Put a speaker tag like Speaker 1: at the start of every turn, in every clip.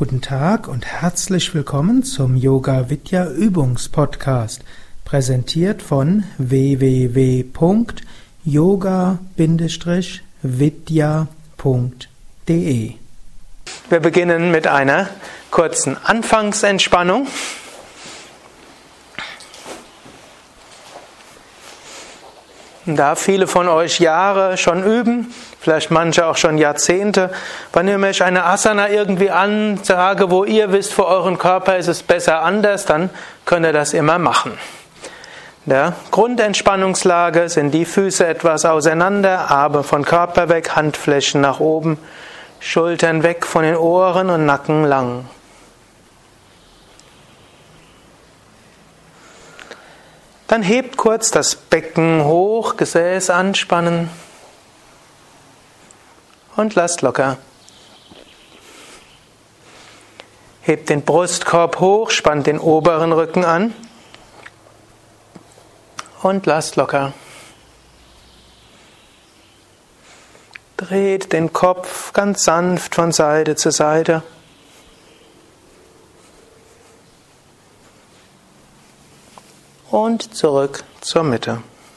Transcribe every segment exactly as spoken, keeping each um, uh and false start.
Speaker 1: Guten Tag und herzlich willkommen zum Yoga Vidya Übungspodcast, präsentiert von w w w punkt yoga vidya punkt de. Wir beginnen mit einer kurzen Anfangsentspannung. Da viele von euch Jahre schon üben, vielleicht manche auch schon Jahrzehnte, wenn ihr euch eine Asana irgendwie ansage, wo ihr wisst, für euren Körper ist es besser anders, dann könnt ihr das immer machen. In der Grundentspannungslage sind die Füße etwas auseinander, Arme von Körper weg, Handflächen nach oben, Schultern weg von den Ohren und Nacken lang. Dann hebt kurz das Becken hoch, Gesäß anspannen und lasst locker. Hebt den Brustkorb hoch, spannt den oberen Rücken an und lasst locker. Dreht den Kopf ganz sanft von Seite zu Seite. Und zurück zur Mitte.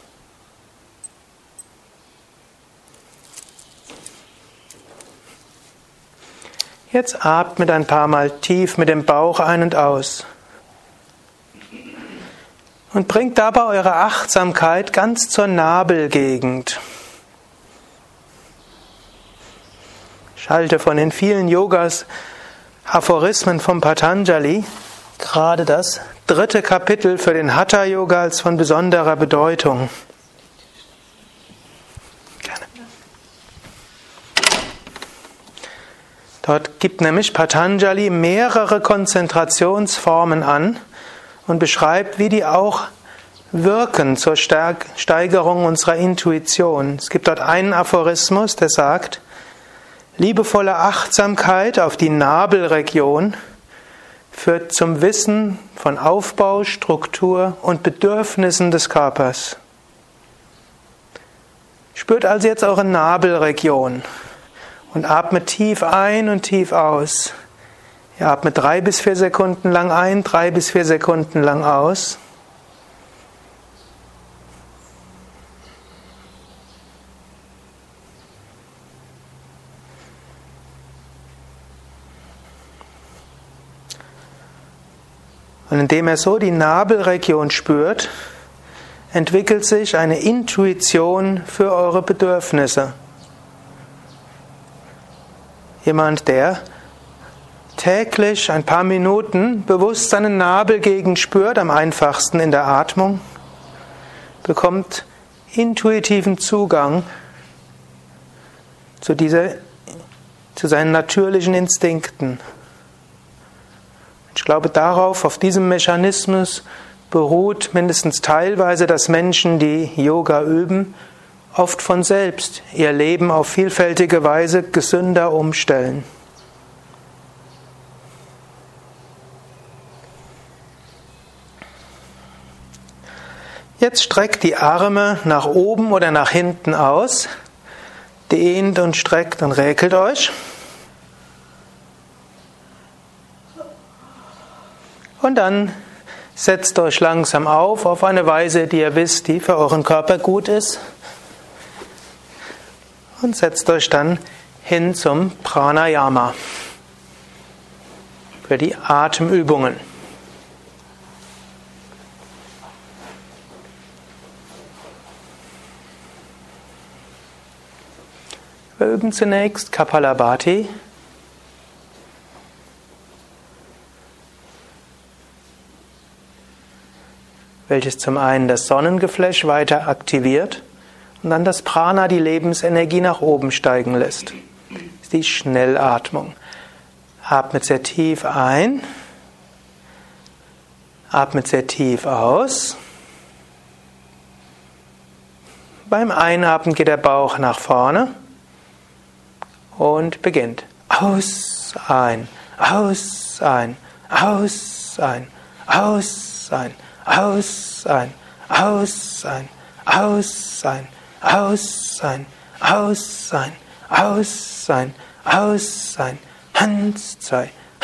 Speaker 1: Jetzt atmet ein paar Mal tief mit dem Bauch ein und aus. Und bringt dabei eure Achtsamkeit ganz zur Nabelgegend. Schalte von den vielen Yogas, Aphorismen von Patanjali, gerade das dritte Kapitel für den Hatha-Yoga als von besonderer Bedeutung. Gerne. Dort gibt nämlich Patanjali mehrere Konzentrationsformen an und beschreibt, wie die auch wirken zur Steigerung unserer Intuition. Es gibt dort einen Aphorismus, der sagt, liebevolle Achtsamkeit auf die Nabelregion führt zum Wissen von Aufbau, Struktur und Bedürfnissen des Körpers. Spürt also jetzt eure Nabelregion und atmet tief ein und tief aus. Ihr atmet drei bis vier Sekunden lang ein, drei bis vier Sekunden lang aus. Und indem er so die Nabelregion spürt, entwickelt sich eine Intuition für eure Bedürfnisse. Jemand, der täglich ein paar Minuten bewusst seine Nabelgegend spürt, am einfachsten in der Atmung, bekommt intuitiven Zugang zu dieser, zu seinen natürlichen Instinkten. Ich glaube, darauf, auf diesem Mechanismus beruht mindestens teilweise, dass Menschen, die Yoga üben, oft von selbst ihr Leben auf vielfältige Weise gesünder umstellen. Jetzt streckt die Arme nach oben oder nach hinten aus, dehnt und streckt und räkelt euch. Und dann setzt euch langsam auf, auf eine Weise, die ihr wisst, die für euren Körper gut ist. Und setzt euch dann hin zum Pranayama, für die Atemübungen. Wir üben zunächst Kapalabhati. Welches zum einen das Sonnengeflecht weiter aktiviert und dann das Prana, die Lebensenergie, nach oben steigen lässt. Das ist die Schnellatmung. Atmet sehr tief ein, atmet sehr tief aus. Beim Einatmen geht der Bauch nach vorne und beginnt. Aus, ein, aus, ein, aus, ein, aus, ein. Aus, ein, aus, ein, aus, ein, aus, ein, aus, ein, aus, ein, aus, ein, Hans, zwei,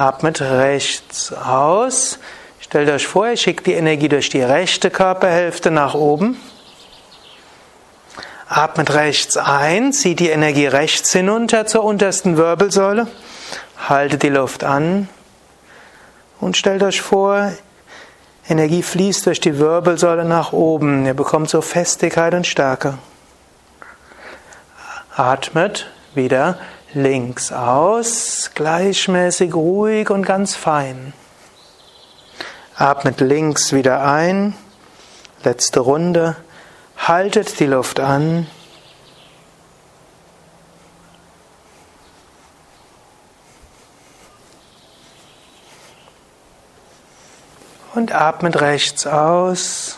Speaker 1: Atmet rechts aus. Stellt euch vor, ihr schickt die Energie durch die rechte Körperhälfte nach oben. Atmet rechts ein, zieht die Energie rechts hinunter zur untersten Wirbelsäule. Haltet die Luft an und stellt euch vor, Energie fließt durch die Wirbelsäule nach oben. Ihr bekommt so Festigkeit und Stärke. Atmet wieder links aus, gleichmäßig ruhig und ganz fein. Atmet links wieder ein, letzte Runde. Haltet die Luft an. Und atmet rechts aus.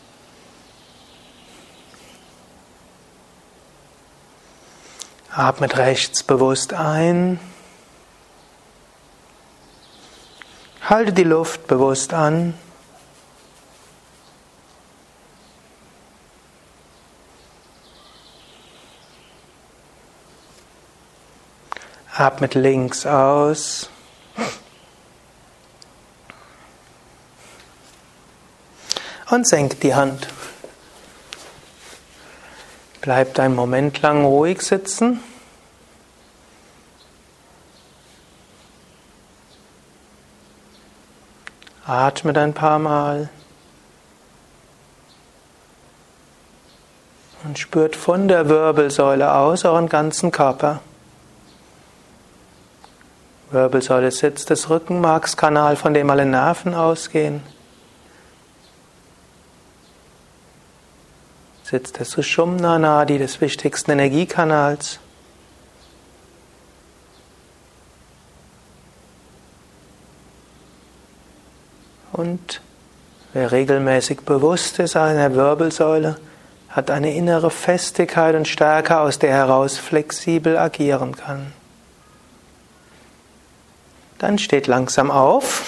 Speaker 1: Atmet rechts bewusst ein. Halte die Luft bewusst an. Atmet links aus. Und senkt die Hand. Bleibt einen Moment lang ruhig sitzen. Atmet ein paar Mal. Und spürt von der Wirbelsäule aus euren ganzen Körper. Wirbelsäule sitzt des Rückenmarkskanal, von dem alle Nerven ausgehen. Sitzt des Sushumna Nadi, des wichtigsten Energiekanals. Und wer regelmäßig bewusst ist an der Wirbelsäule, hat eine innere Festigkeit und Stärke, aus der heraus flexibel agieren kann. Dann steht langsam auf.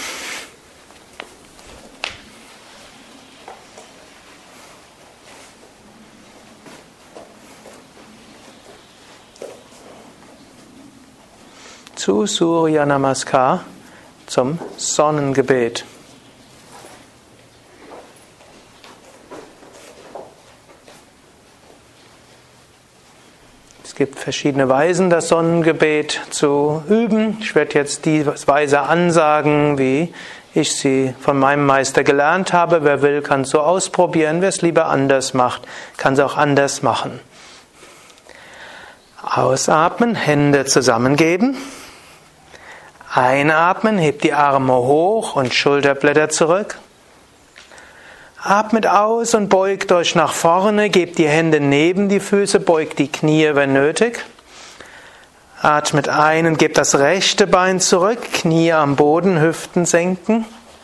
Speaker 1: Zu Surya Namaskar, zum Sonnengebet. Es gibt verschiedene Weisen, das Sonnengebet zu üben. Ich werde jetzt die Weise ansagen, wie ich sie von meinem Meister gelernt habe. Wer will, kann es so ausprobieren. Wer es lieber anders macht, kann es auch anders machen. Ausatmen, Hände zusammengeben. Einatmen, hebt die Arme hoch und Schulterblätter zurück. Atmet aus und beugt euch nach vorne, gebt die Hände neben die Füße, beugt die Knie, wenn nötig. Atmet ein und gebt das rechte Bein zurück, Knie am Boden, Hüften senken.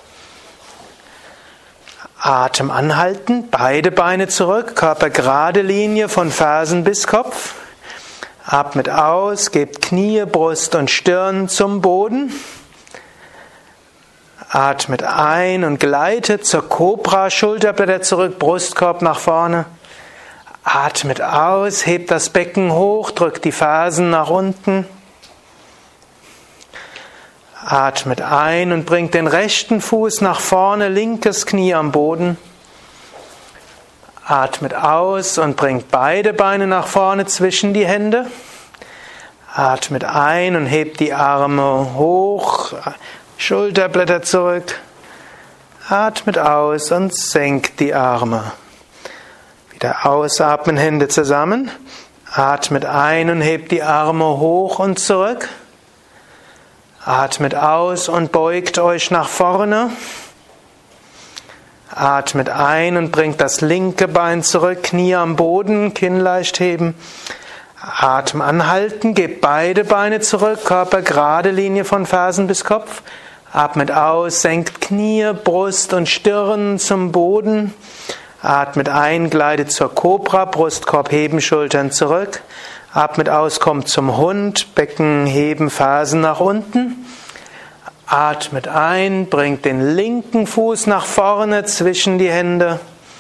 Speaker 1: Atem anhalten, beide Beine zurück, Körper gerade Linie von Fersen bis Kopf. Atmet aus, gebt Knie, Brust und Stirn zum Boden. Atmet ein und gleitet zur Kobra, Schulterblätter zurück, Brustkorb nach vorne. Atmet aus, hebt das Becken hoch, drückt die Fersen nach unten. Atmet ein und bringt den rechten Fuß nach vorne, linkes Knie am Boden. Atmet aus und bringt beide Beine nach vorne zwischen die Hände. Atmet ein und hebt die Arme hoch, Schulterblätter zurück. Atmet aus und senkt die Arme. Wieder ausatmen, Hände zusammen. Atmet ein und hebt die Arme hoch und zurück. Atmet aus und beugt euch nach vorne. Atmet ein und bringt das linke Bein zurück, Knie am Boden, Kinn leicht heben. Atem anhalten, gebt beide Beine zurück, Körper gerade Linie von Fersen bis Kopf. Atmet aus, senkt Knie, Brust und Stirn zum Boden. Atmet ein, gleitet zur Kobra, Brustkorb heben, Schultern zurück. Atmet aus, kommt zum Hund, Becken heben, Fersen nach unten. Atmet ein, bringt den linken Fuß nach vorne zwischen die Hände.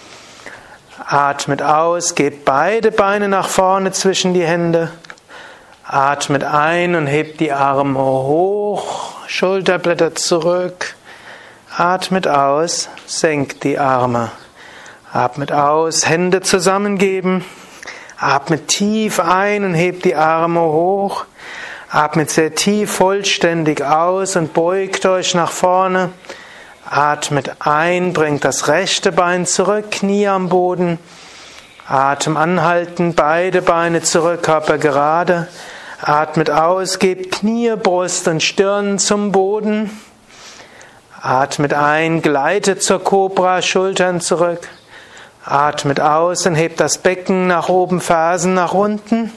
Speaker 1: Atmet aus, gebt beide Beine nach vorne zwischen die Hände. Atmet ein und hebt die Arme hoch, Schulterblätter zurück. Atmet aus, senkt die Arme. Atmet aus, Hände zusammengeben. Atmet tief ein und hebt die Arme hoch. Atmet sehr tief, vollständig aus und beugt euch nach vorne. Atmet ein, bringt das rechte Bein zurück, Knie am Boden. Atem anhalten, beide Beine zurück, Körper gerade. Atmet aus, gebt Knie, Brust und Stirn zum Boden. Atmet ein, gleitet zur Kobra, Schultern zurück. Atmet aus und hebt das Becken nach oben, Fersen nach unten.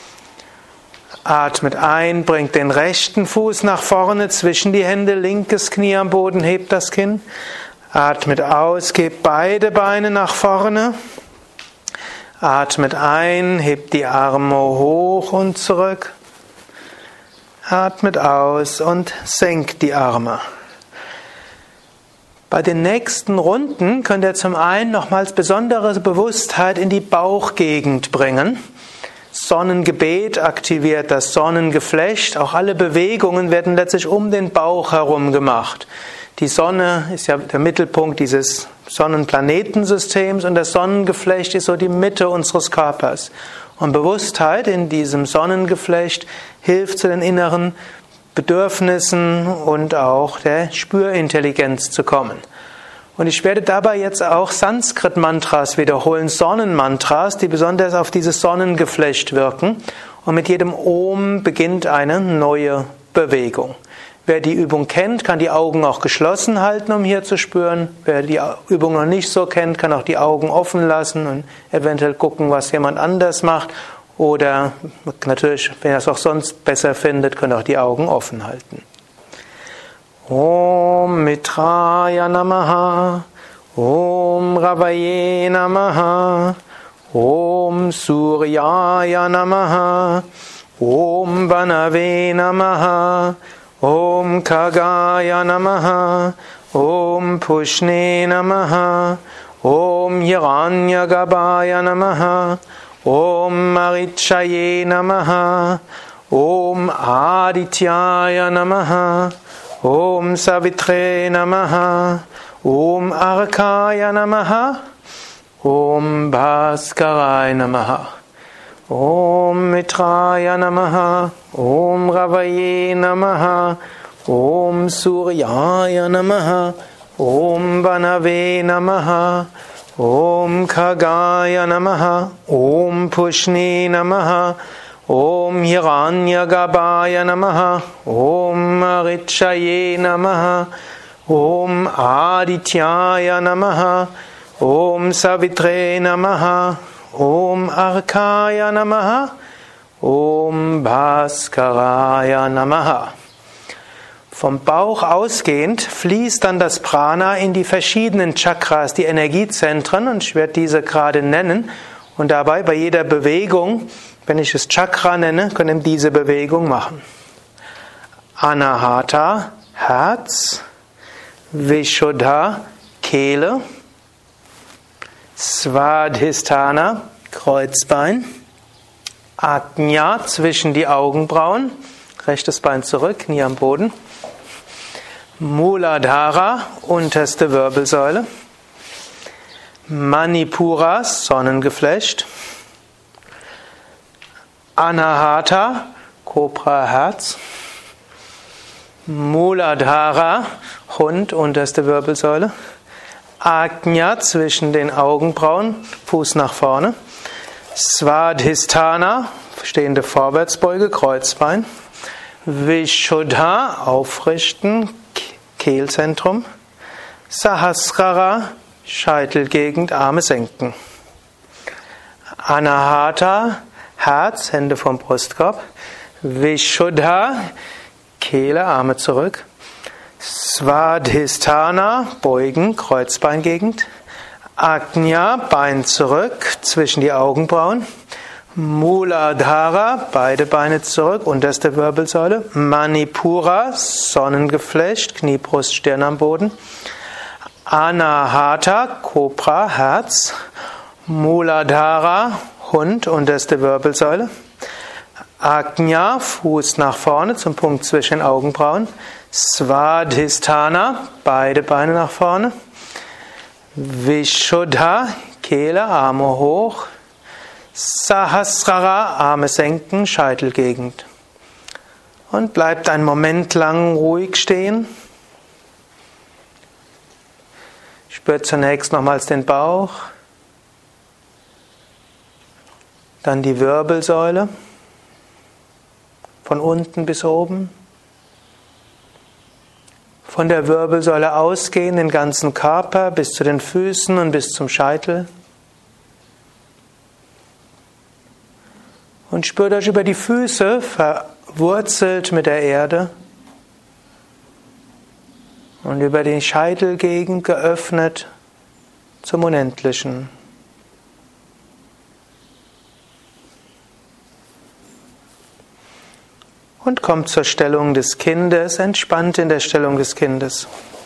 Speaker 1: Atmet ein, bringt den rechten Fuß nach vorne, zwischen die Hände, linkes Knie am Boden, hebt das Kinn. Atmet aus, gebt beide Beine nach vorne. Atmet ein, hebt die Arme hoch und zurück. Atmet aus und senkt die Arme. Bei den nächsten Runden könnt ihr zum einen nochmals besondere Bewusstheit in die Bauchgegend bringen. Sonnengebet aktiviert das Sonnengeflecht. Auch alle Bewegungen werden letztlich um den Bauch herum gemacht. Die Sonne ist ja der Mittelpunkt dieses Sonnenplanetensystems und das Sonnengeflecht ist so die Mitte unseres Körpers. Und Bewusstheit in diesem Sonnengeflecht hilft zu den inneren Bedürfnissen und auch der Spürintelligenz zu kommen. Und ich werde dabei jetzt auch Sanskrit-Mantras wiederholen, Sonnenmantras, die besonders auf dieses Sonnengeflecht wirken. Und mit jedem Om beginnt eine neue Bewegung. Wer die Übung kennt, kann die Augen auch geschlossen halten, um hier zu spüren. Wer die Übung noch nicht so kennt, kann auch die Augen offen lassen und eventuell gucken, was jemand anders macht. Oder natürlich, wenn er es auch sonst besser findet, könnt ihr auch die Augen offen halten. Om Mitraya Namaha, Om Ravaye Namaha, Om Suryaya Namaha, Om Banave Namaha, Om Kagaya Namaha, Om Pushne Namaha, Om Hiranyagarbhaya Namaha, Om Marichaye Namaha, Om Adityaya Namaha, Om Savitre Namaha, Om Arkaya Namaha, Om Bhaskaraya Namaha, Om Mitraya Namaha, Om Ravaye Namaha, Om Suryaya Namaha, Om Banave Namaha, Om Kagaya Namaha, Om Pushni Namaha, Om Hiranyagarbhaya Namaha, Om Marichaye Namaha, Om Adityaya Namaha, Om Savitre Namaha, Om Arkaya Namaha, Om Bhaskaraya Namaha. Vom Bauch ausgehend fließt dann das Prana in die verschiedenen Chakras, die Energiezentren, und ich werde diese gerade nennen. Und dabei bei jeder Bewegung, wenn ich es Chakra nenne, können wir diese Bewegung machen. Anahata, Herz. Vishuddha, Kehle. Svadhisthana, Kreuzbein. Ajna, zwischen die Augenbrauen. Rechtes Bein zurück, Knie am Boden. Muladhara, unterste Wirbelsäule. Manipura, Sonnengeflecht. Anahata, Kobra, Herz. Muladhara, Hund, unterste Wirbelsäule. Ajna, zwischen den Augenbrauen, Fuß nach vorne. Svadhisthana, stehende Vorwärtsbeuge, Kreuzbein. Vishuddha, aufrichten, Kehlzentrum. Sahasrara, Scheitelgegend, Arme senken. Anahata, Herz, Hände vom Brustkorb. Vishuddha, Kehle, Arme zurück. Svadhisthana, beugen, Kreuzbeingegend. Ajna, Bein zurück, zwischen die Augenbrauen. Muladhara, beide Beine zurück, unterste Wirbelsäule. Manipura, Sonnengeflecht, Knie, Brust, Stirn am Boden. Anahata, Kobra, Herz. Muladhara, Hund, unterste Wirbelsäule. Ajna, Fuß nach vorne zum Punkt zwischen den Augenbrauen. Svadhisthana, beide Beine nach vorne. Vishuddha, Kehle, Arme hoch. Sahasrara, Arme senken, Scheitelgegend. Und bleibt einen Moment lang ruhig stehen. Spürt zunächst nochmals den Bauch. Dann die Wirbelsäule. Von unten bis oben. Von der Wirbelsäule ausgehen, den ganzen Körper bis zu den Füßen und bis zum Scheitel. Und spürt euch über die Füße verwurzelt mit der Erde und über die Scheitelgegend geöffnet zum Unendlichen. Und kommt zur Stellung des Kindes, entspannt in der Stellung des Kindes.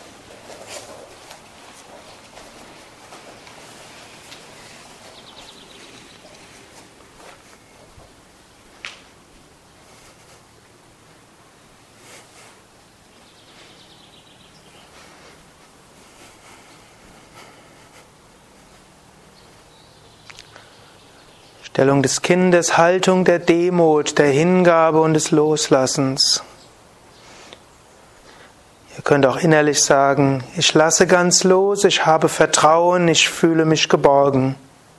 Speaker 1: Stellung des Kindes, Haltung der Demut, der Hingabe und des Loslassens. Ihr könnt auch innerlich sagen, ich lasse ganz los, ich habe Vertrauen, ich fühle mich geborgen.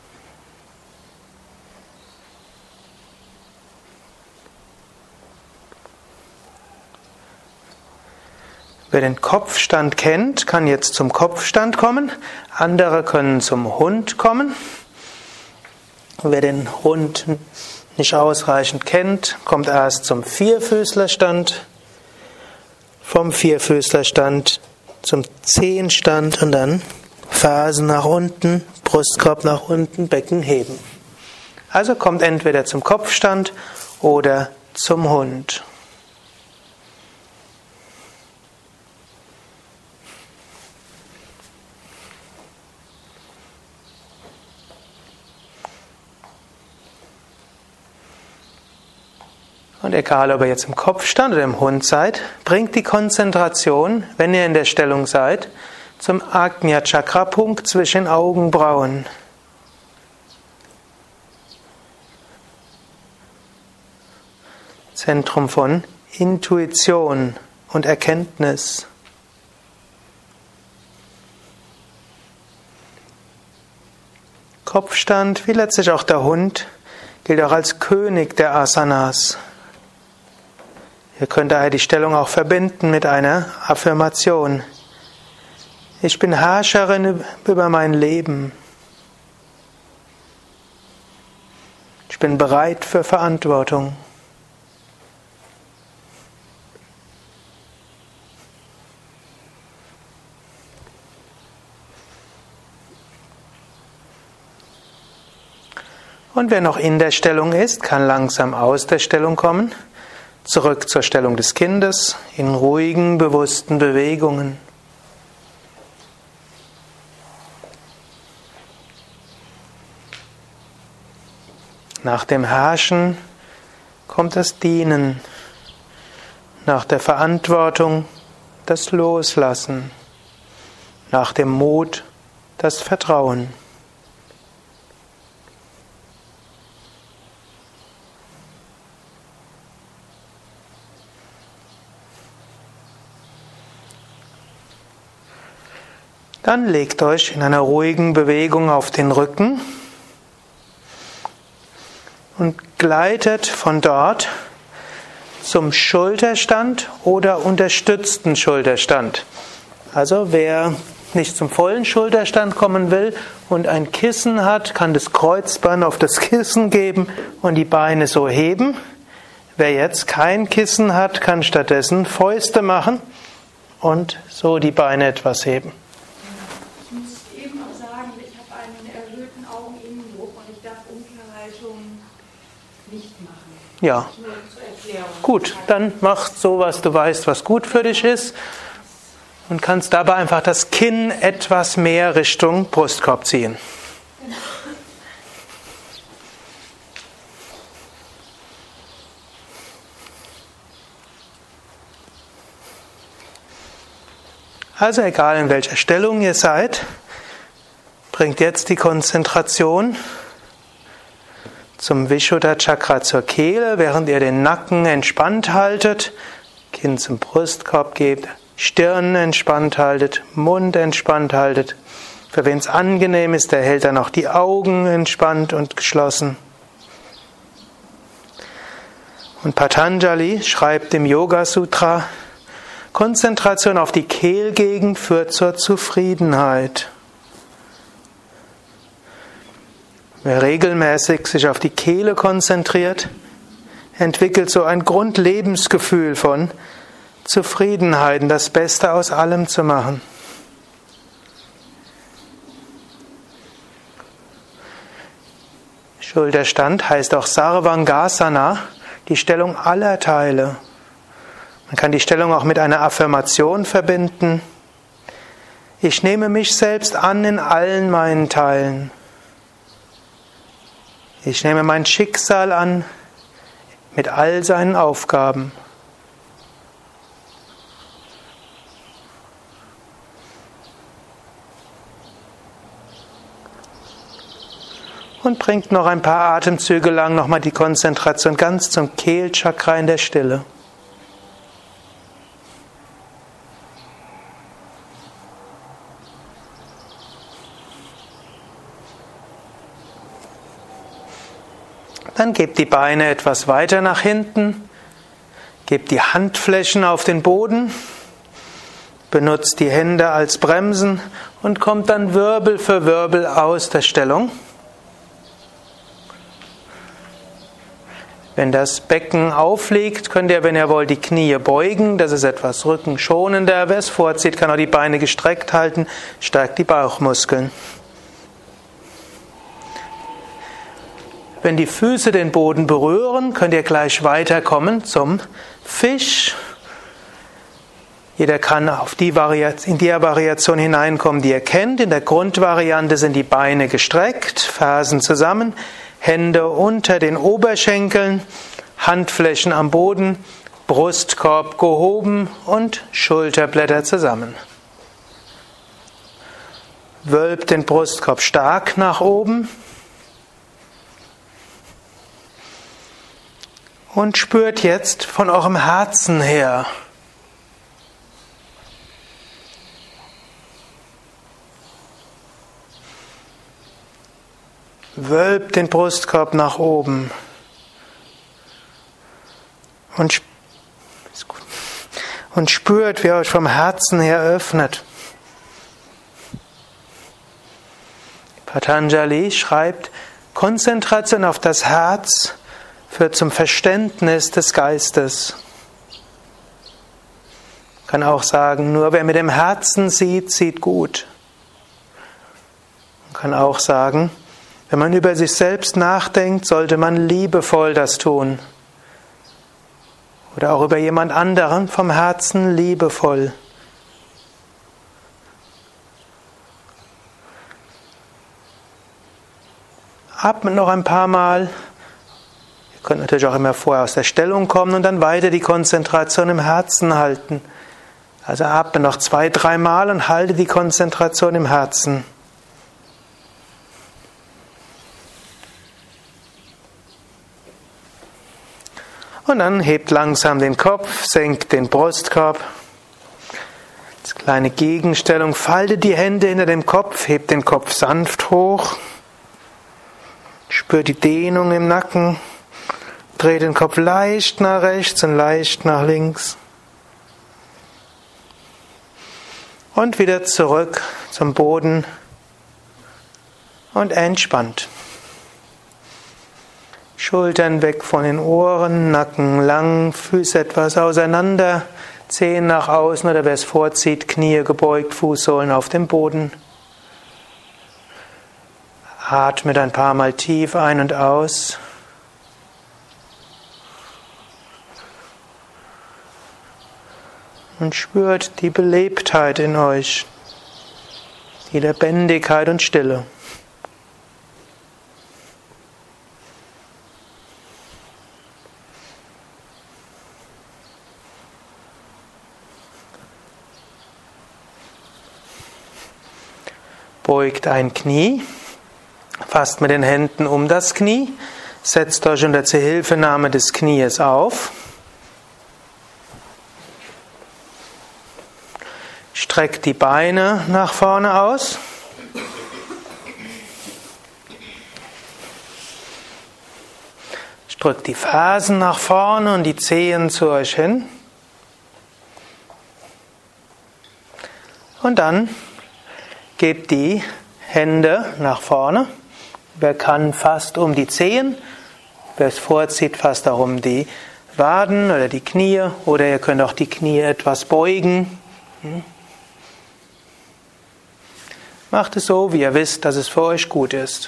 Speaker 1: Wer den Kopfstand kennt, kann jetzt zum Kopfstand kommen. Andere können zum Hund kommen. Wer den Hund nicht ausreichend kennt, kommt erst zum Vierfüßlerstand, vom Vierfüßlerstand zum Zehenstand und dann Fersen nach unten, Brustkorb nach unten, Becken heben. Also kommt entweder zum Kopfstand oder zum Hund. Und egal, ob ihr jetzt im Kopfstand oder im Hund seid, bringt die Konzentration, wenn ihr in der Stellung seid, zum Ajna Chakra Punkt zwischen Augenbrauen. Zentrum von Intuition und Erkenntnis. Kopfstand, wie letztlich auch der Hund, gilt auch als König der Asanas. Ihr könnt daher die Stellung auch verbinden mit einer Affirmation. Ich bin Herrscherin über mein Leben. Ich bin bereit für Verantwortung. Und wer noch in der Stellung ist, kann langsam aus der Stellung kommen. Zurück zur Stellung des Kindes in ruhigen, bewussten Bewegungen. Nach dem Herrschen kommt das Dienen. Nach der Verantwortung das Loslassen. Nach dem Mut das Vertrauen. Dann legt euch in einer ruhigen Bewegung auf den Rücken und gleitet von dort zum Schulterstand oder unterstützten Schulterstand. Also wer nicht zum vollen Schulterstand kommen will und ein Kissen hat, kann das Kreuzbein auf das Kissen geben und die Beine so heben. Wer jetzt kein Kissen hat, kann stattdessen Fäuste machen und so die Beine etwas heben. Ja, gut, dann mach so, was du weißt, was gut für dich ist und kannst dabei einfach das Kinn etwas mehr Richtung Brustkorb ziehen. Also egal in welcher Stellung ihr seid, bringt jetzt die Konzentration zum Vishuddha Chakra zur Kehle, während ihr den Nacken entspannt haltet, Kinn zum Brustkorb gebt, Stirn entspannt haltet, Mund entspannt haltet. Für wen es angenehm ist, der hält dann auch die Augen entspannt und geschlossen. Und Patanjali schreibt im Yoga Sutra, Konzentration auf die Kehlgegend führt zur Zufriedenheit. Wer regelmäßig sich auf die Kehle konzentriert, entwickelt so ein Grundlebensgefühl von Zufriedenheit, das Beste aus allem zu machen. Schulterstand heißt auch Sarvangasana, die Stellung aller Teile. Man kann die Stellung auch mit einer Affirmation verbinden. Ich nehme mich selbst an in allen meinen Teilen. Ich nehme mein Schicksal an mit all seinen Aufgaben. Und bringt noch ein paar Atemzüge lang nochmal die Konzentration ganz zum Kehlchakra in der Stille. Dann gebt die Beine etwas weiter nach hinten, gebt die Handflächen auf den Boden, benutzt die Hände als Bremsen und kommt dann Wirbel für Wirbel aus der Stellung. Wenn das Becken aufliegt, könnt ihr, wenn ihr wollt, die Knie beugen. Das ist etwas rückenschonender. Wer es vorzieht, kann auch die Beine gestreckt halten, stärkt die Bauchmuskeln. Wenn die Füße den Boden berühren, könnt ihr gleich weiterkommen zum Fisch. Jeder kann auf die Variation, in die Variation hineinkommen, die ihr kennt. In der Grundvariante sind die Beine gestreckt, Fersen zusammen, Hände unter den Oberschenkeln, Handflächen am Boden, Brustkorb gehoben und Schulterblätter zusammen. Wölbt den Brustkorb stark nach oben und spürt jetzt von eurem Herzen her. Wölbt den Brustkorb nach oben und, und spürt, wie ihr euch vom Herzen her öffnet. Patanjali schreibt, Konzentration auf das Herz führt zum Verständnis des Geistes. Man kann auch sagen, nur wer mit dem Herzen sieht, sieht gut. Man kann auch sagen, wenn man über sich selbst nachdenkt, sollte man liebevoll das tun. Oder auch über jemand anderen vom Herzen liebevoll. Atmet noch ein paar Mal. Ihr könnt natürlich auch immer vorher aus der Stellung kommen und dann weiter die Konzentration im Herzen halten. Also atmet noch zwei, drei Mal und halte die Konzentration im Herzen. Und dann hebt langsam den Kopf, senkt den Brustkorb. Als kleine Gegenstellung, faltet die Hände hinter dem Kopf, hebt den Kopf sanft hoch. Spürt die Dehnung im Nacken. Dreht den Kopf leicht nach rechts und leicht nach links. Und wieder zurück zum Boden und entspannt. Schultern weg von den Ohren, Nacken lang, Füße etwas auseinander, Zehen nach außen oder wer es vorzieht, Knie gebeugt, Fußsohlen auf dem Boden. Atmet ein paar Mal tief ein und aus. Und spürt die Belebtheit in euch, die Lebendigkeit und Stille. beugt ein Knie, fasst mit den Händen um das Knie, setzt euch unter Zuhilfenahme des Knies auf, streckt die Beine nach vorne aus, drückt die Fersen nach vorne und die Zehen zu euch hin. Und dann gebt die Hände nach vorne. Wer kann, fast um die Zehen. Wer es vorzieht, fast auch um die Waden oder die Knie. Oder ihr könnt auch die Knie etwas beugen. Macht es so, wie ihr wisst, dass es für euch gut ist.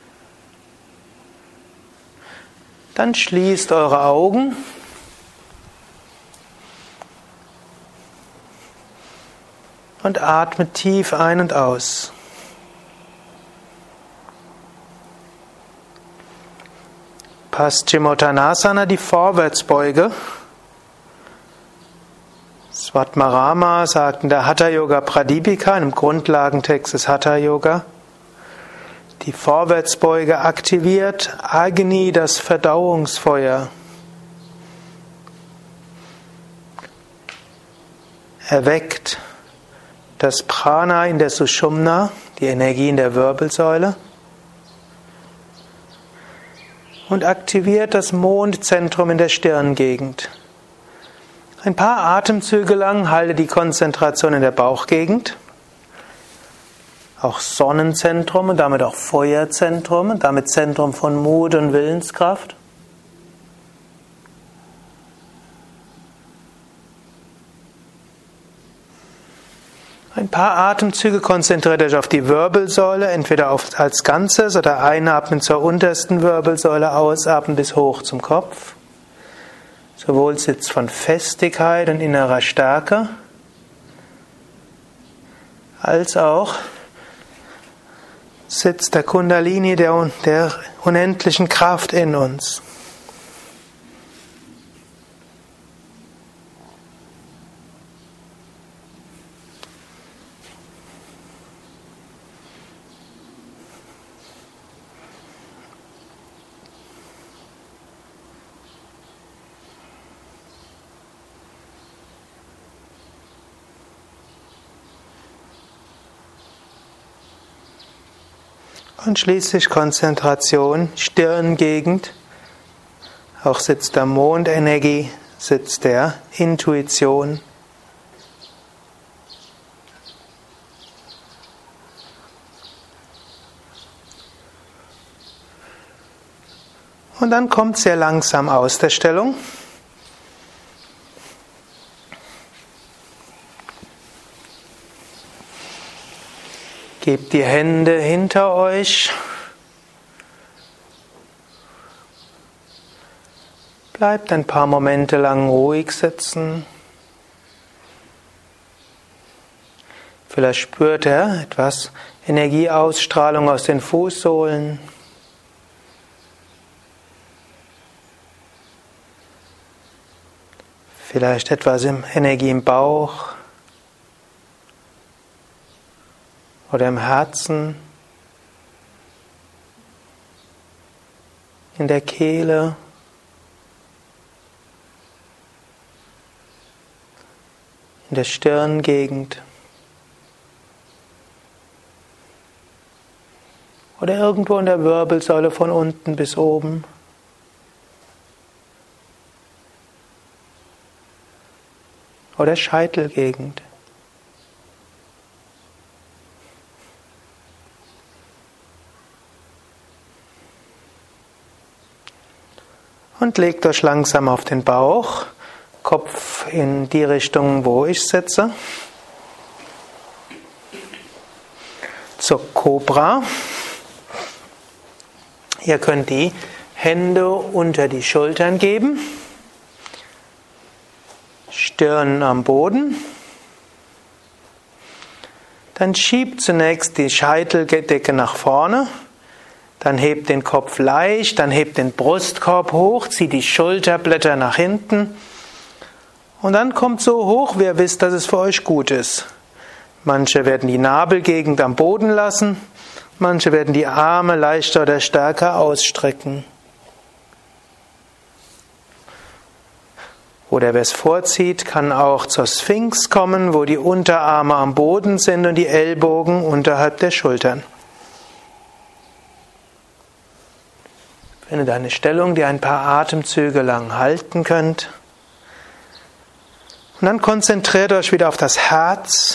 Speaker 1: Dann schließt eure Augen und atmet tief ein und aus. Paschimottanasana, die Vorwärtsbeuge. Svatmarama sagt in der Hatha Yoga Pradipika, einem Grundlagentext des Hatha Yoga, die Vorwärtsbeuge aktiviert Agni, das Verdauungsfeuer. Erweckt das Prana in der Sushumna, die Energie in der Wirbelsäule. Und aktiviert das Mondzentrum in der Stirngegend. Ein paar Atemzüge lang halte die Konzentration in der Bauchgegend. Auch Sonnenzentrum und damit auch Feuerzentrum und damit Zentrum von Mut und Willenskraft. Ein paar Atemzüge konzentriert euch auf die Wirbelsäule, entweder auf, als Ganzes oder einatmen zur untersten Wirbelsäule, ausatmen bis hoch zum Kopf. Sowohl Sitz von Festigkeit und innerer Stärke, als auch Sitz der Kundalini, der, der unendlichen Kraft in uns. Und schließlich Konzentration, Stirngegend, auch Sitz der Mondenergie, Sitz der Intuition. Und dann kommt sehr langsam aus der Stellung. Gebt die Hände hinter euch. Bleibt ein paar Momente lang ruhig sitzen. Vielleicht spürt ihr etwas Energieausstrahlung aus den Fußsohlen. Vielleicht etwas Energie im Bauch. Oder im Herzen, in der Kehle, in der Stirngegend oder irgendwo in der Wirbelsäule von unten bis oben. Oder Scheitelgegend. Und legt euch langsam auf den Bauch, Kopf in die Richtung, wo ich sitze. Zur Kobra. Ihr könnt die Hände unter die Schultern geben, Stirn am Boden. Dann schiebt zunächst die Scheiteldecke nach vorne. Dann hebt den Kopf leicht, dann hebt den Brustkorb hoch, zieht die Schulterblätter nach hinten und dann kommt so hoch, wie ihr wisst, dass es für euch gut ist. Manche werden die Nabelgegend am Boden lassen, manche werden die Arme leichter oder stärker ausstrecken. Oder wer es vorzieht, kann auch zur Sphinx kommen, wo die Unterarme am Boden sind und die Ellbogen unterhalb der Schultern. Finde eine Stellung, die ein paar Atemzüge lang halten könnt. Und dann konzentriert euch wieder auf das Herz.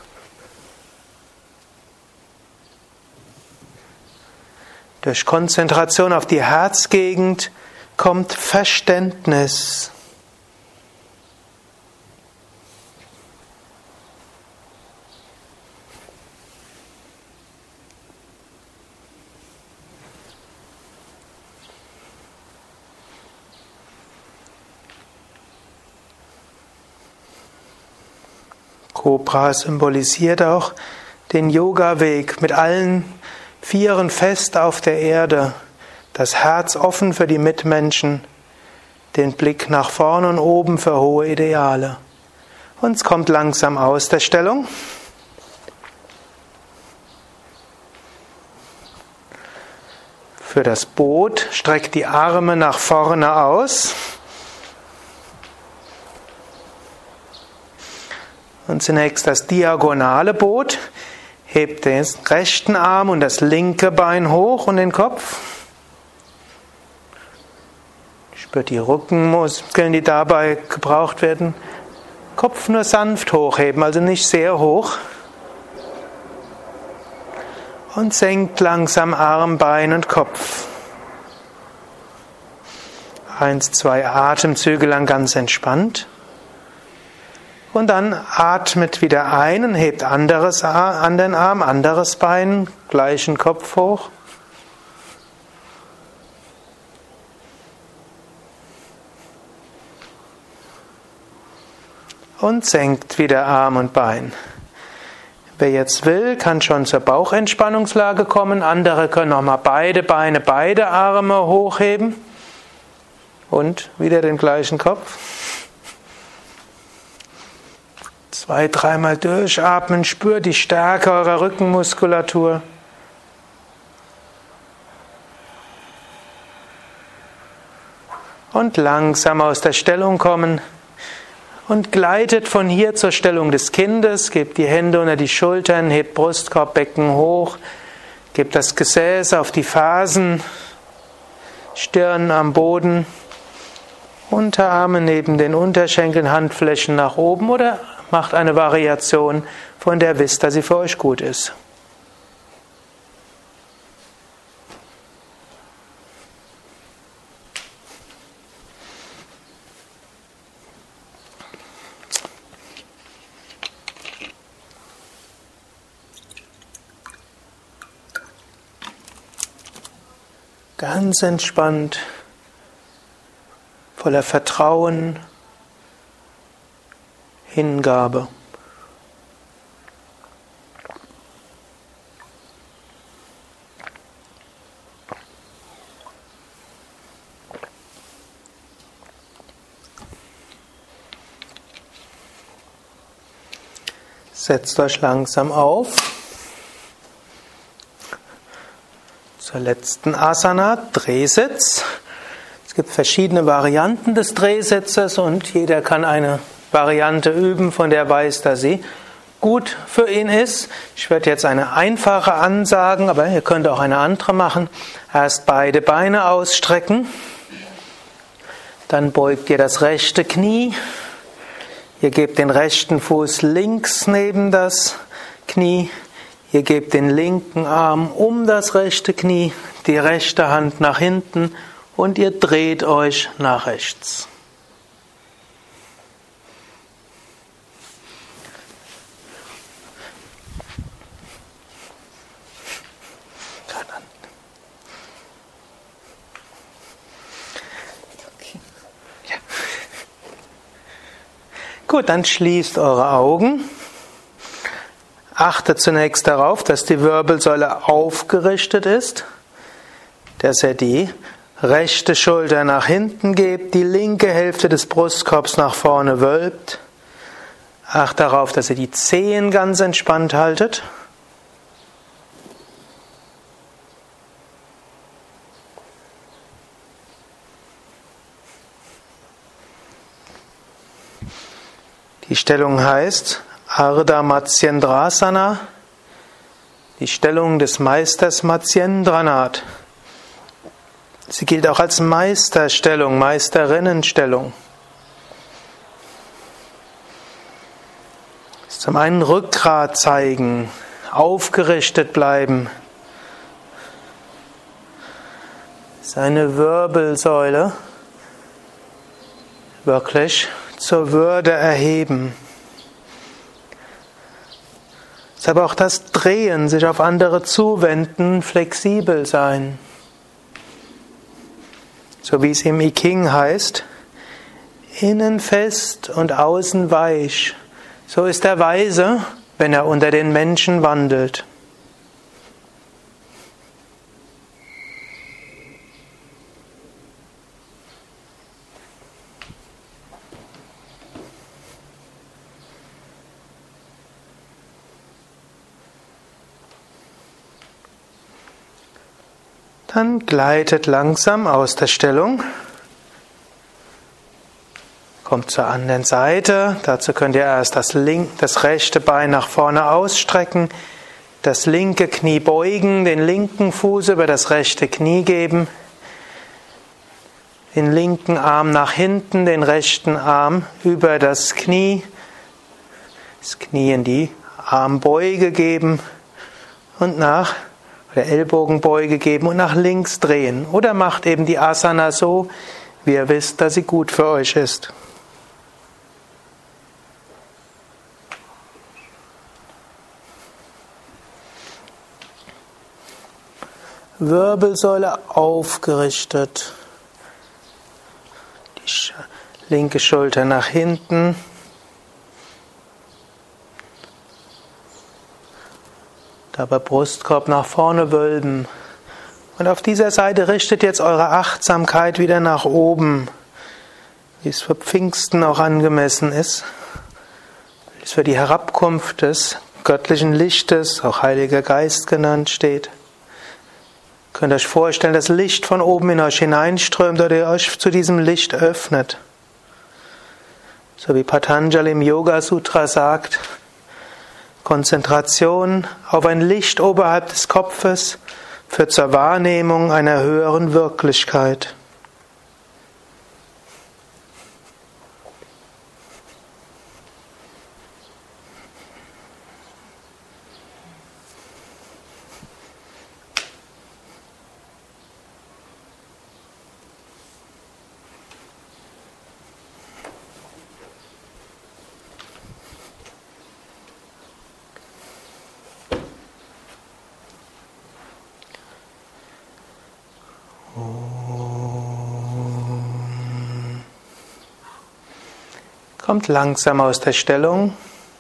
Speaker 1: Durch Konzentration auf die Herzgegend kommt Verständnis. Kobra symbolisiert auch den Yoga-Weg mit allen Vieren fest auf der Erde, das Herz offen für die Mitmenschen, den Blick nach vorn und oben für hohe Ideale. Und es kommt langsam aus der Stellung. Für das Boot streckt die Arme nach vorne aus. Und zunächst das diagonale Boot. Hebt den rechten Arm und das linke Bein hoch und den Kopf. Spürt die Rückenmuskeln, die dabei gebraucht werden. Kopf nur sanft hochheben, also nicht sehr hoch. Und senkt langsam Arm, Bein und Kopf. Eins, zwei Atemzüge lang ganz entspannt. Und dann atmet wieder ein und hebt anderes, anderen Arm, anderes Bein, gleichen Kopf hoch. Und senkt wieder Arm und Bein. Wer jetzt will, kann schon zur Bauchentspannungslage kommen. Andere können nochmal beide Beine, beide Arme hochheben. Und wieder den gleichen Kopf. Zwei, dreimal durchatmen, spürt die Stärke eurer Rückenmuskulatur. Und langsam aus der Stellung kommen und gleitet von hier zur Stellung des Kindes. Gebt die Hände unter die Schultern, hebt Brustkorb, Becken hoch, gebt das Gesäß auf die Fersen, Stirn am Boden, Unterarme neben den Unterschenkeln, Handflächen nach oben oder macht eine Variation, von der wisst, dass sie für euch gut ist. Ganz entspannt, voller Vertrauen, Hingabe. Setzt euch langsam auf. Zur letzten Asana, Drehsitz. Es gibt verschiedene Varianten des Drehsitzes und jeder kann eine Variante üben, von der weiß, dass sie gut für ihn ist. Ich werde jetzt eine einfache ansagen, aber ihr könnt auch eine andere machen. Erst beide Beine ausstrecken. Dann beugt ihr das rechte Knie. Ihr gebt den rechten Fuß links neben das Knie. Ihr gebt den linken Arm um das rechte Knie, die rechte Hand nach hinten und ihr dreht euch nach rechts. Gut, dann schließt eure Augen. Achtet zunächst darauf, dass die Wirbelsäule aufgerichtet ist, dass ihr die rechte Schulter nach hinten gebt, die linke Hälfte des Brustkorbs nach vorne wölbt, Acht darauf, dass ihr die Zehen ganz entspannt haltet. Die Stellung heißt Ardha Matsyendrasana, die Stellung des Meisters Matsyendranath. Sie gilt auch als Meisterstellung, Meisterinnenstellung. Zum einen Rückgrat zeigen, aufgerichtet bleiben. Seine Wirbelsäule wirklich zur Würde erheben. Es ist aber auch das Drehen, sich auf andere zuwenden, flexibel sein. So wie es im I Ching heißt, innen fest und außen weich. So ist der Weise, wenn er unter den Menschen wandelt. Dann gleitet langsam aus der Stellung. Kommt zur anderen Seite. Dazu könnt ihr erst das, link, das rechte Bein nach vorne ausstrecken, das linke Knie beugen, den linken Fuß über das rechte Knie geben, den linken Arm nach hinten, den rechten Arm über das Knie, das Knie in die Armbeuge geben und nach oder Ellbogenbeuge geben und nach links drehen. Oder macht eben die Asana so, wie ihr wisst, dass sie gut für euch ist. Wirbelsäule aufgerichtet. Die linke Schulter nach hinten. Dabei Brustkorb nach vorne wölben. Und auf dieser Seite richtet jetzt eure Achtsamkeit wieder nach oben, wie es für Pfingsten auch angemessen ist. Wie es für die Herabkunft des göttlichen Lichtes, auch Heiliger Geist genannt, steht. Ihr könnt euch vorstellen, dass Licht von oben in euch hineinströmt oder ihr euch zu diesem Licht öffnet. So wie Patanjali im Yoga Sutra sagt, Konzentration auf ein Licht oberhalb des Kopfes führt zur Wahrnehmung einer höheren Wirklichkeit. Kommt langsam aus der Stellung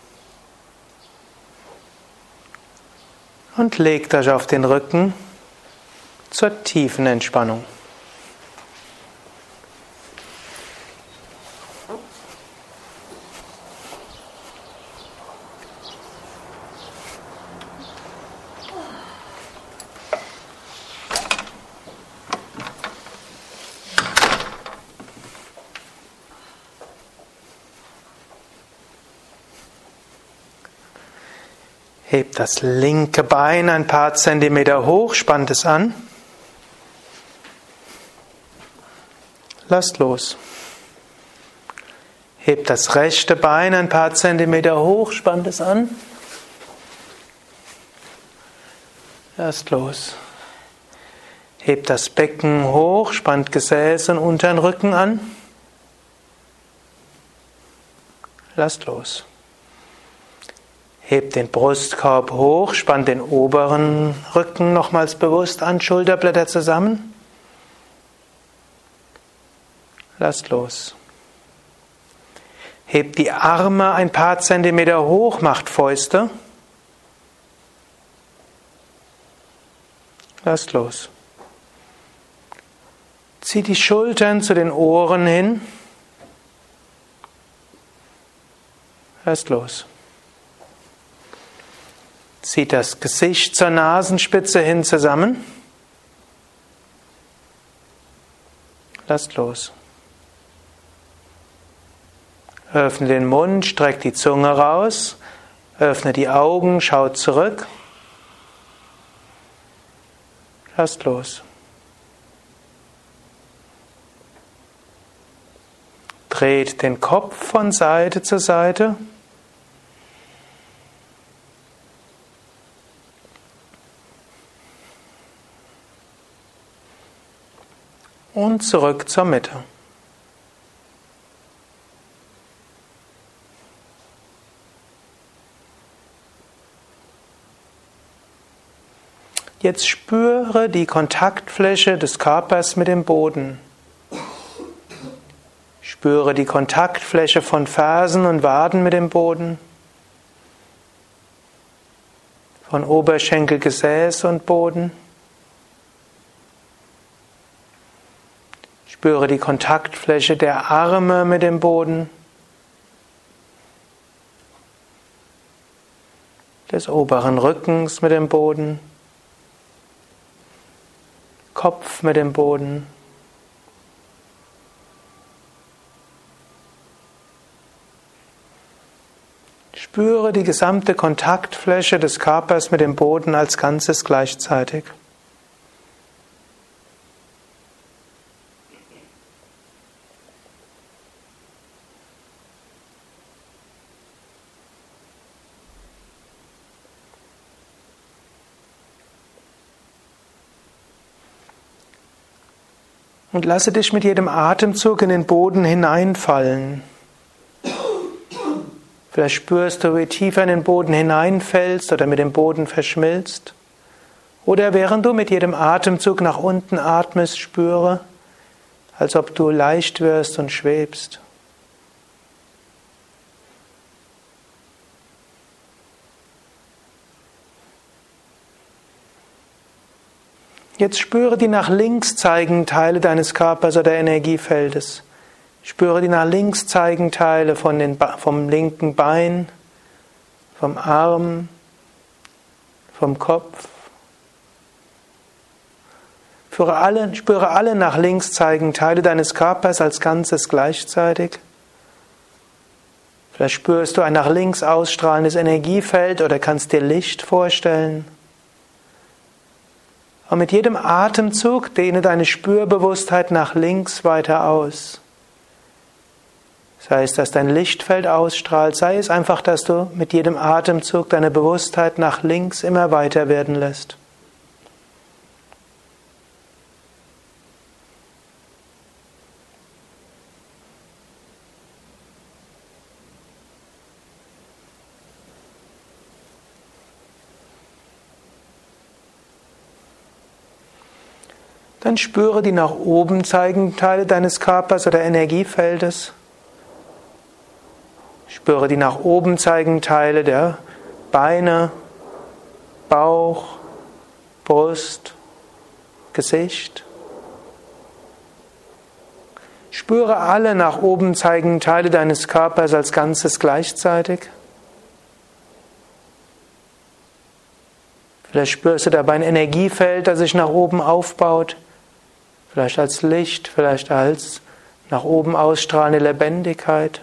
Speaker 1: und legt euch auf den Rücken zur tiefen Entspannung. Hebt das linke Bein ein paar Zentimeter hoch, spannt es an. Lasst los. Hebt das rechte Bein ein paar Zentimeter hoch, spannt es an. Lasst los. Hebt das Becken hoch, spannt Gesäß und unteren Rücken an. Lasst los. Hebt den Brustkorb hoch, spannt den oberen Rücken nochmals bewusst an, Schulterblätter zusammen. Lasst los. Hebt die Arme ein paar Zentimeter hoch, macht Fäuste. Lasst los. Zieht die Schultern zu den Ohren hin. Lass los. Zieht das Gesicht zur Nasenspitze hin zusammen. Lass los. Öffne den Mund, streck die Zunge raus. Öffne die Augen, schau zurück. Lass los. Dreht den Kopf von Seite zu Seite. Und zurück zur Mitte. Jetzt spüre die Kontaktfläche des Körpers mit dem Boden. Spüre die Kontaktfläche von Fersen und Waden mit dem Boden, von Oberschenkel, Gesäß und Boden. Spüre die Kontaktfläche der Arme mit dem Boden, des oberen Rückens mit dem Boden, Kopf mit dem Boden. Spüre die gesamte Kontaktfläche des Körpers mit dem Boden als Ganzes gleichzeitig. Und lasse dich mit jedem Atemzug in den Boden hineinfallen. Vielleicht spürst du, wie tiefer in den Boden hineinfällst oder mit dem Boden verschmilzt. Oder während du mit jedem Atemzug nach unten atmest, spüre, als ob du leicht wirst und schwebst. Jetzt spüre die nach links zeigenden Teile deines Körpers oder Energiefeldes. Spüre die nach links zeigenden Teile von den, vom linken Bein, vom Arm, vom Kopf. Spüre alle, spüre alle nach links zeigenden Teile deines Körpers als Ganzes gleichzeitig. Vielleicht spürst du ein nach links ausstrahlendes Energiefeld oder kannst dir Licht vorstellen. Und mit jedem Atemzug dehne deine Spürbewusstheit nach links weiter aus. Sei es, dass dein Lichtfeld ausstrahlt, sei es einfach, dass du mit jedem Atemzug deine Bewusstheit nach links immer weiter werden lässt. Dann spüre die nach oben zeigenden Teile deines Körpers oder Energiefeldes. Spüre die nach oben zeigenden Teile der Beine, Bauch, Brust, Gesicht. Spüre alle nach oben zeigenden Teile deines Körpers als Ganzes gleichzeitig. Vielleicht spürst du dabei ein Energiefeld, das sich nach oben aufbaut. Vielleicht als Licht, vielleicht als nach oben ausstrahlende Lebendigkeit.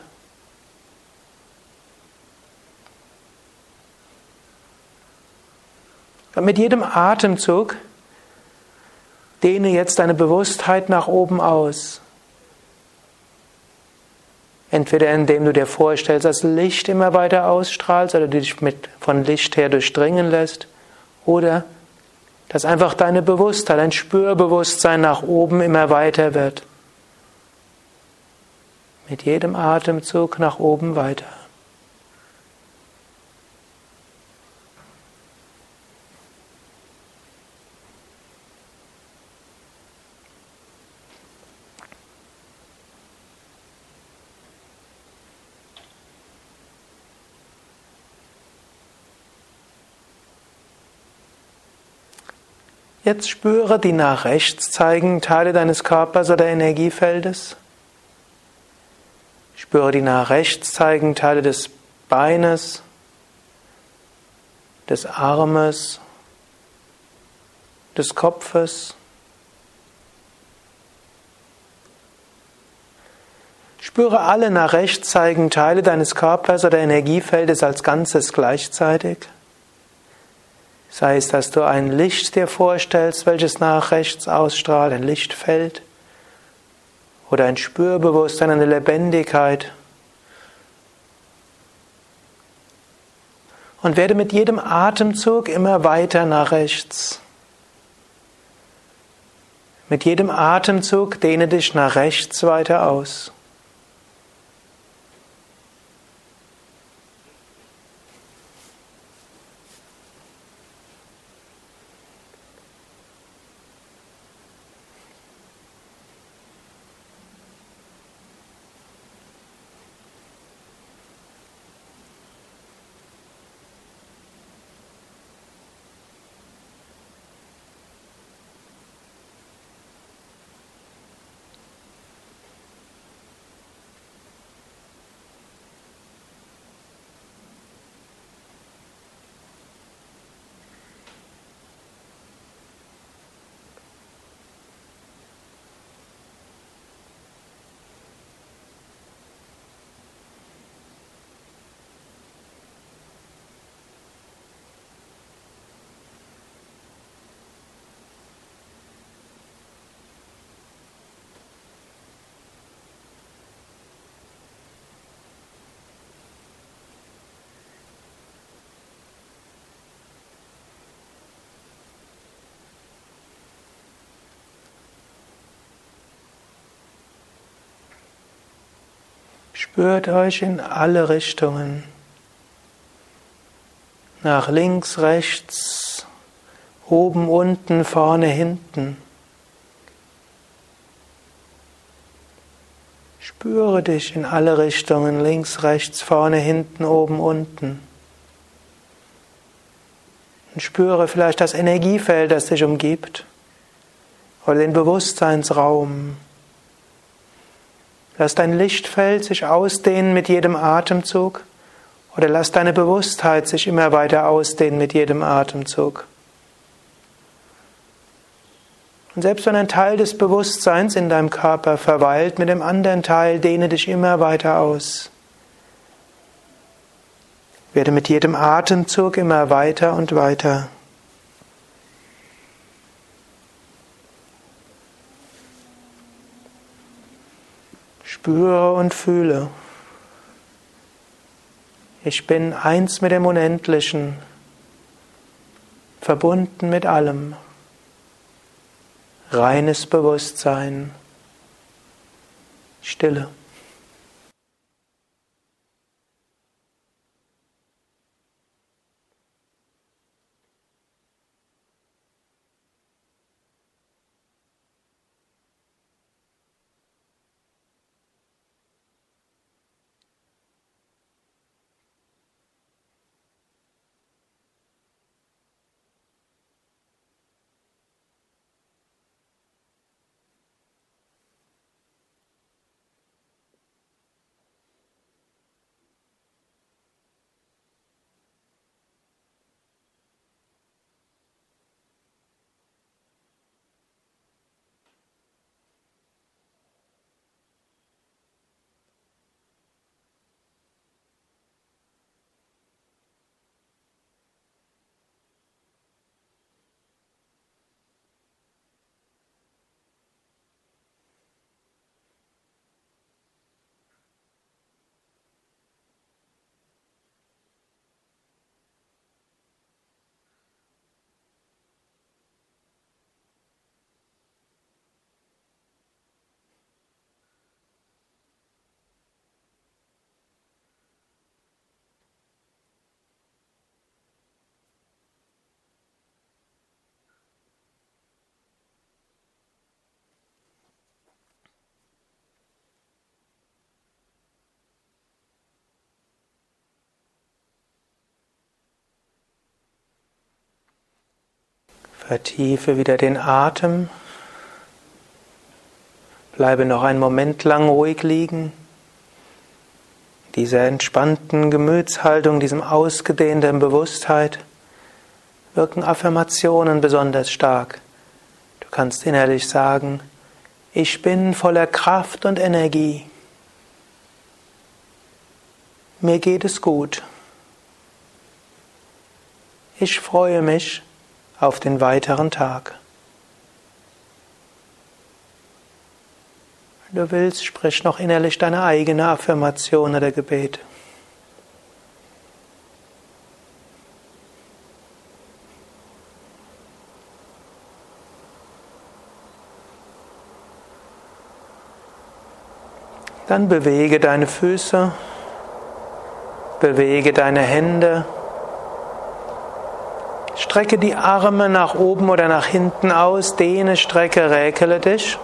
Speaker 1: Und mit jedem Atemzug dehne jetzt deine Bewusstheit nach oben aus. Entweder indem du dir vorstellst, dass Licht immer weiter ausstrahlst oder du dich mit, von Licht her durchdringen lässt. Oder dass einfach deine Bewusstheit, dein Spürbewusstsein nach oben immer weiter wird. Mit jedem Atemzug nach oben weiter. Jetzt spüre die nach rechts zeigenden Teile deines Körpers oder Energiefeldes. Spüre die nach rechts zeigenden Teile des Beines, des Armes, des Kopfes. Spüre alle nach rechts zeigenden Teile deines Körpers oder Energiefeldes als Ganzes gleichzeitig. Sei es, dass du ein Licht dir vorstellst, welches nach rechts ausstrahlt, ein Lichtfeld, oder ein Spürbewusstsein, eine Lebendigkeit. Und werde mit jedem Atemzug immer weiter nach rechts. Mit jedem Atemzug dehne dich nach rechts weiter aus. Spürt euch in alle Richtungen. Nach links, rechts, oben, unten, vorne, hinten. Spüre dich in alle Richtungen, links, rechts, vorne, hinten, oben, unten. Und spüre vielleicht das Energiefeld, das dich umgibt, oder den Bewusstseinsraum. Lass dein Lichtfeld sich ausdehnen mit jedem Atemzug, oder lass deine Bewusstheit sich immer weiter ausdehnen mit jedem Atemzug. Und selbst wenn ein Teil des Bewusstseins in deinem Körper verweilt, mit dem anderen Teil dehne dich immer weiter aus. Werde mit jedem Atemzug immer weiter und weiter. Spüre und fühle. Ich bin eins mit dem Unendlichen, verbunden mit allem. Reines Bewusstsein, Stille. Vertiefe wieder den Atem. Bleibe noch einen Moment lang ruhig liegen. dieser entspannten Gemütshaltung, diesem ausgedehnten Bewusstheit wirken Affirmationen besonders stark. Du kannst innerlich sagen, ich bin voller Kraft und Energie. Mir geht es gut. Ich freue mich auf den weiteren Tag. Wenn du willst, sprich noch innerlich deine eigene Affirmation oder Gebet. Dann bewege deine Füße, bewege deine Hände, strecke die Arme nach oben oder nach hinten aus, dehne, strecke, räkele dich.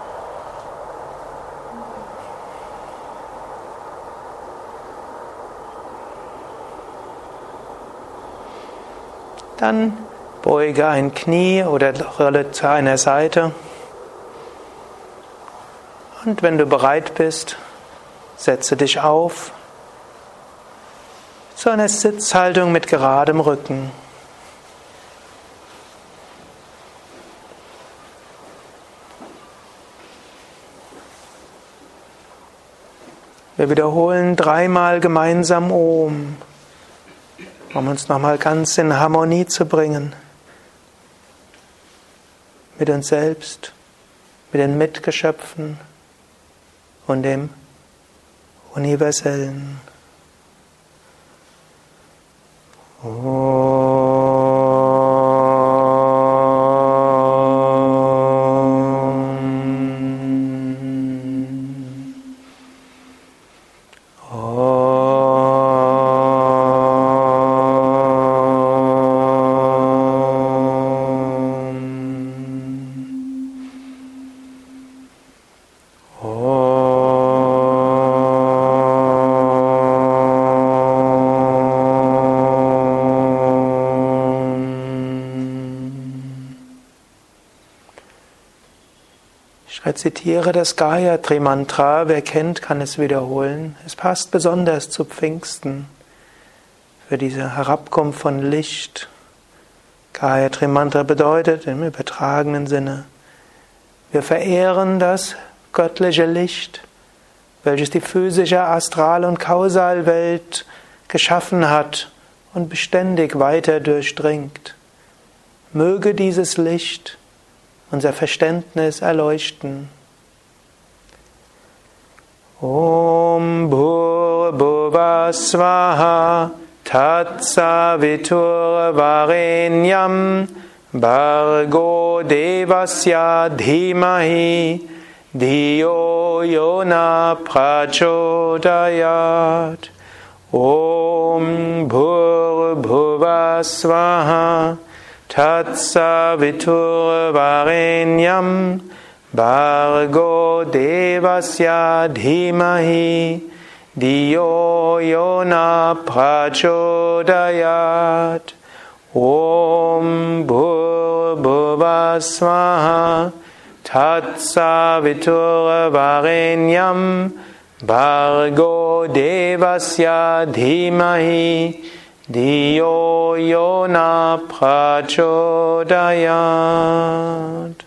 Speaker 1: Dann beuge ein Knie oder rolle zu einer Seite. Und wenn du bereit bist, setze dich auf zu einer Sitzhaltung mit geradem Rücken. Wir wiederholen dreimal gemeinsam Om, um uns nochmal ganz in Harmonie zu bringen mit uns selbst, mit den Mitgeschöpfen und dem Universellen. Om. Ich rezitiere das Gayatri Mantra. Wer kennt, kann es wiederholen. Es passt besonders zu Pfingsten, für diese Herabkunft von Licht. Gayatri Mantra bedeutet im übertragenen Sinne, wir verehren das göttliche Licht, welches die physische, Astral- und Kausalwelt geschaffen hat und beständig weiter durchdringt. Möge dieses Licht unser Verständnis erleuchten. Om Bhurbhuva Swaha Tatsavitur Varenyam Bhargo Devasya Dhimahi Dhiyo Yona Prachodayat. Om Bhurbhuva Swaha Tatsavitur Varenyam Bhargo Devasya Dhimahi Dhiyo Yona Prachodayat. Om Bhurbhuva Swaha Tatsavitur Varenyam Bhargo Devasya Dhimahi Dhiyo Yona Prachodayat.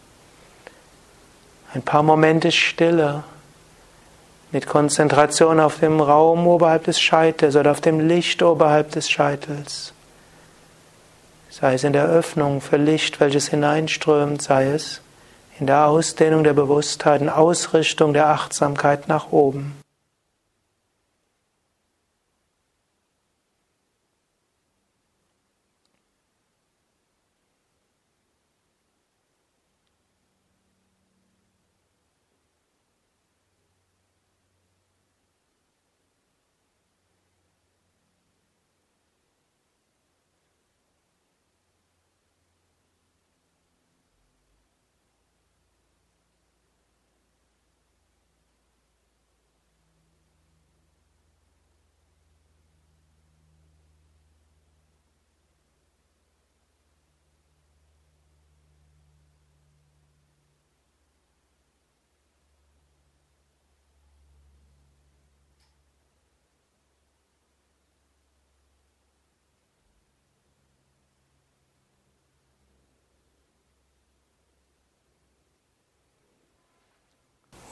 Speaker 1: Ein paar Momente Stille mit Konzentration auf dem Raum oberhalb des Scheitels oder auf dem Licht oberhalb des Scheitels. Sei es in der Öffnung für Licht, welches hineinströmt, sei es in der Ausdehnung der Bewusstheit und Ausrichtung der Achtsamkeit nach oben.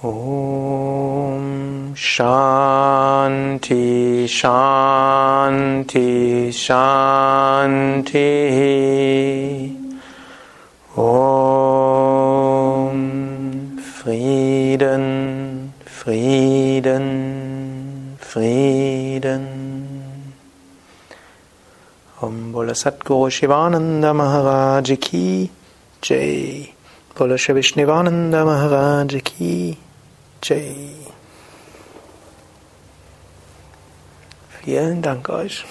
Speaker 1: Om Shanti Shanti Shanti. Om Frieden, Frieden, Frieden. Om Bolo Satguru Shivananda Maharaj Ki Jai. Bolo Shri Vishnivananda Maharaj Ki Jai. Vielen Dank euch.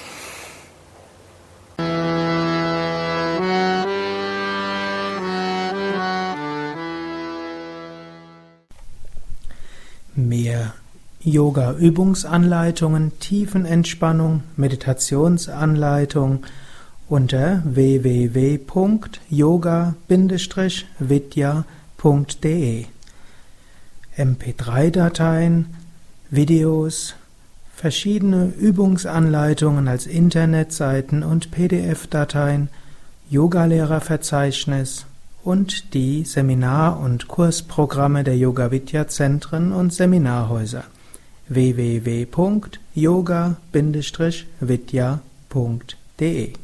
Speaker 1: Mehr Yoga-Übungsanleitungen, Tiefenentspannung, Meditationsanleitung unter w w w punkt yoga vidya punkt de. M P drei Dateien, Videos, verschiedene Übungsanleitungen als Internetseiten und P D F-Dateien, Yogalehrerverzeichnis und die Seminar- und Kursprogramme der Yoga-Vidya-Zentren und Seminarhäuser. w w w punkt yoga vidya punkt de